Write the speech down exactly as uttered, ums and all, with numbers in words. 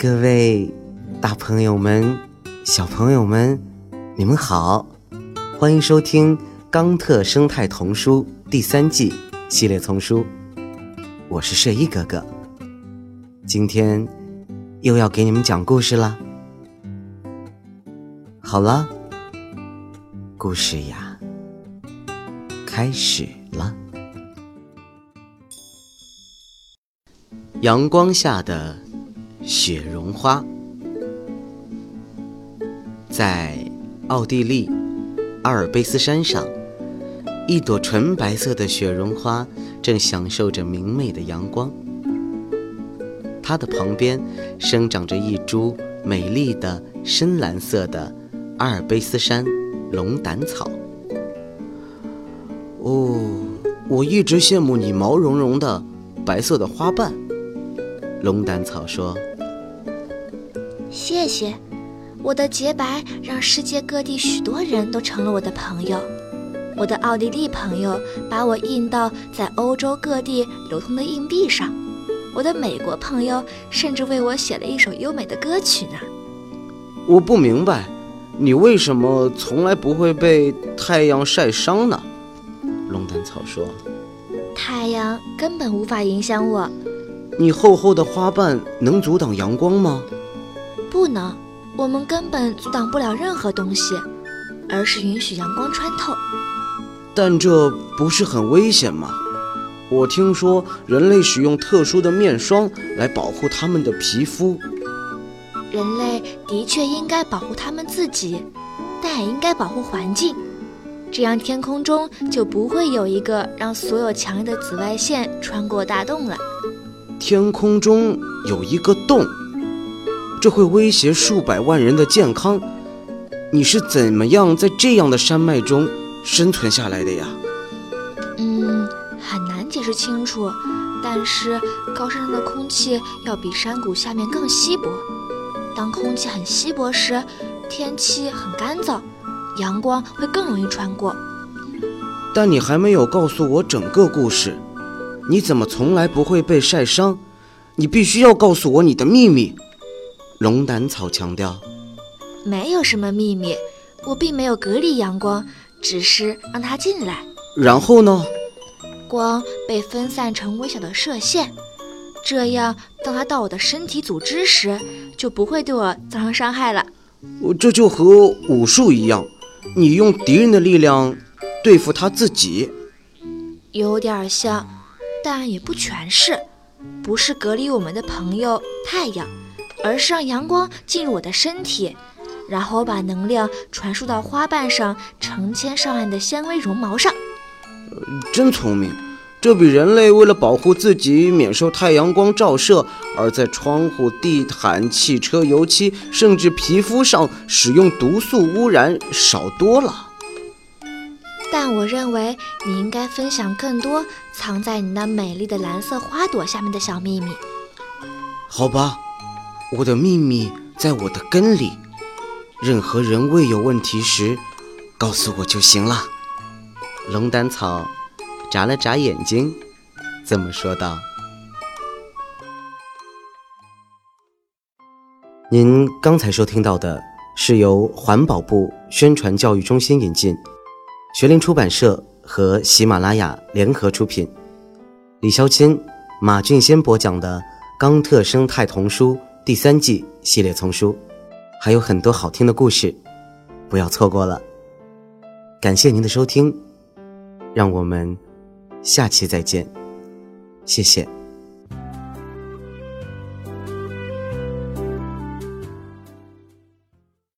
各位大朋友们、小朋友们，你们好，欢迎收听冈特生态童书第三季系列丛书，我是睡衣哥哥，今天又要给你们讲故事了。好了，故事呀，开始了。阳光下的雪绒花。在奥地利阿尔卑斯山上，一朵纯白色的雪绒花正享受着明媚的阳光，它的旁边生长着一株美丽的深蓝色的阿尔卑斯山龙胆草。哦，我一直羡慕你毛茸茸的白色的花瓣。龙胆草说： 谢谢，我的洁白让世界各地许多人都成了我的朋友。我的奥地利朋友把我印到在欧洲各地流通的硬币上，我的美国朋友甚至为我写了一首优美的歌曲呢。 我不明白，你为什么从来不会被太阳晒伤呢？龙胆草说： 太阳根本无法影响我。 你厚厚的花瓣能阻挡阳光吗？ 不能，我们根本阻挡不了任何东西，而是允许阳光穿透。 但这不是很危险吗？我听说人类使用特殊的面霜来保护他们的皮肤。 人类的确应该保护他们自己，但也应该保护环境，这样天空中就不会有一个让所有强烈的紫外线穿过大洞了。 天空中有一个洞，这会威胁数百万人的健康。你是怎么样在这样的山脉中生存下来的呀？ 嗯，很难解释清楚，但是高山上的空气要比山谷下面更稀薄。当空气很稀薄时，天气很干燥，阳光会更容易穿过。 但你还没有告诉我整个故事，你怎么从来不会被晒伤？你必须要告诉我你的秘密。龙胆草强调。 没有什么秘密，我并没有隔离阳光，只是让它进来。 然后呢？ 光被分散成微小的射线，这样当它到我的身体组织时，就不会对我造成伤害了。 这就和武术一样，你用敌人的力量对付他自己。 有点像，但也不全是。不是隔离我们的朋友太阳，而是让阳光进入我的身体，然后把能量传输到花瓣上成千上万的纤维绒毛上。 真聪明，这比人类为了保护自己免受太阳光照射，而在窗户、地毯、汽车油漆甚至皮肤上使用毒素污染少多了。 但我认为你应该分享更多藏在你那美丽的蓝色花朵下面的小秘密。 好吧，我的秘密在我的根里，任何人未有问题时告诉我就行了。龙胆草眨了眨眼睛，这么说道。您刚才收听到的是由环保部宣传教育中心引进，学林出版社和喜马拉雅联合出品，李肖钦、马俊先播讲的冈特生态童书第三季系列丛书，还有很多好听的故事，不要错过了。感谢您的收听，让我们下期再见，谢谢。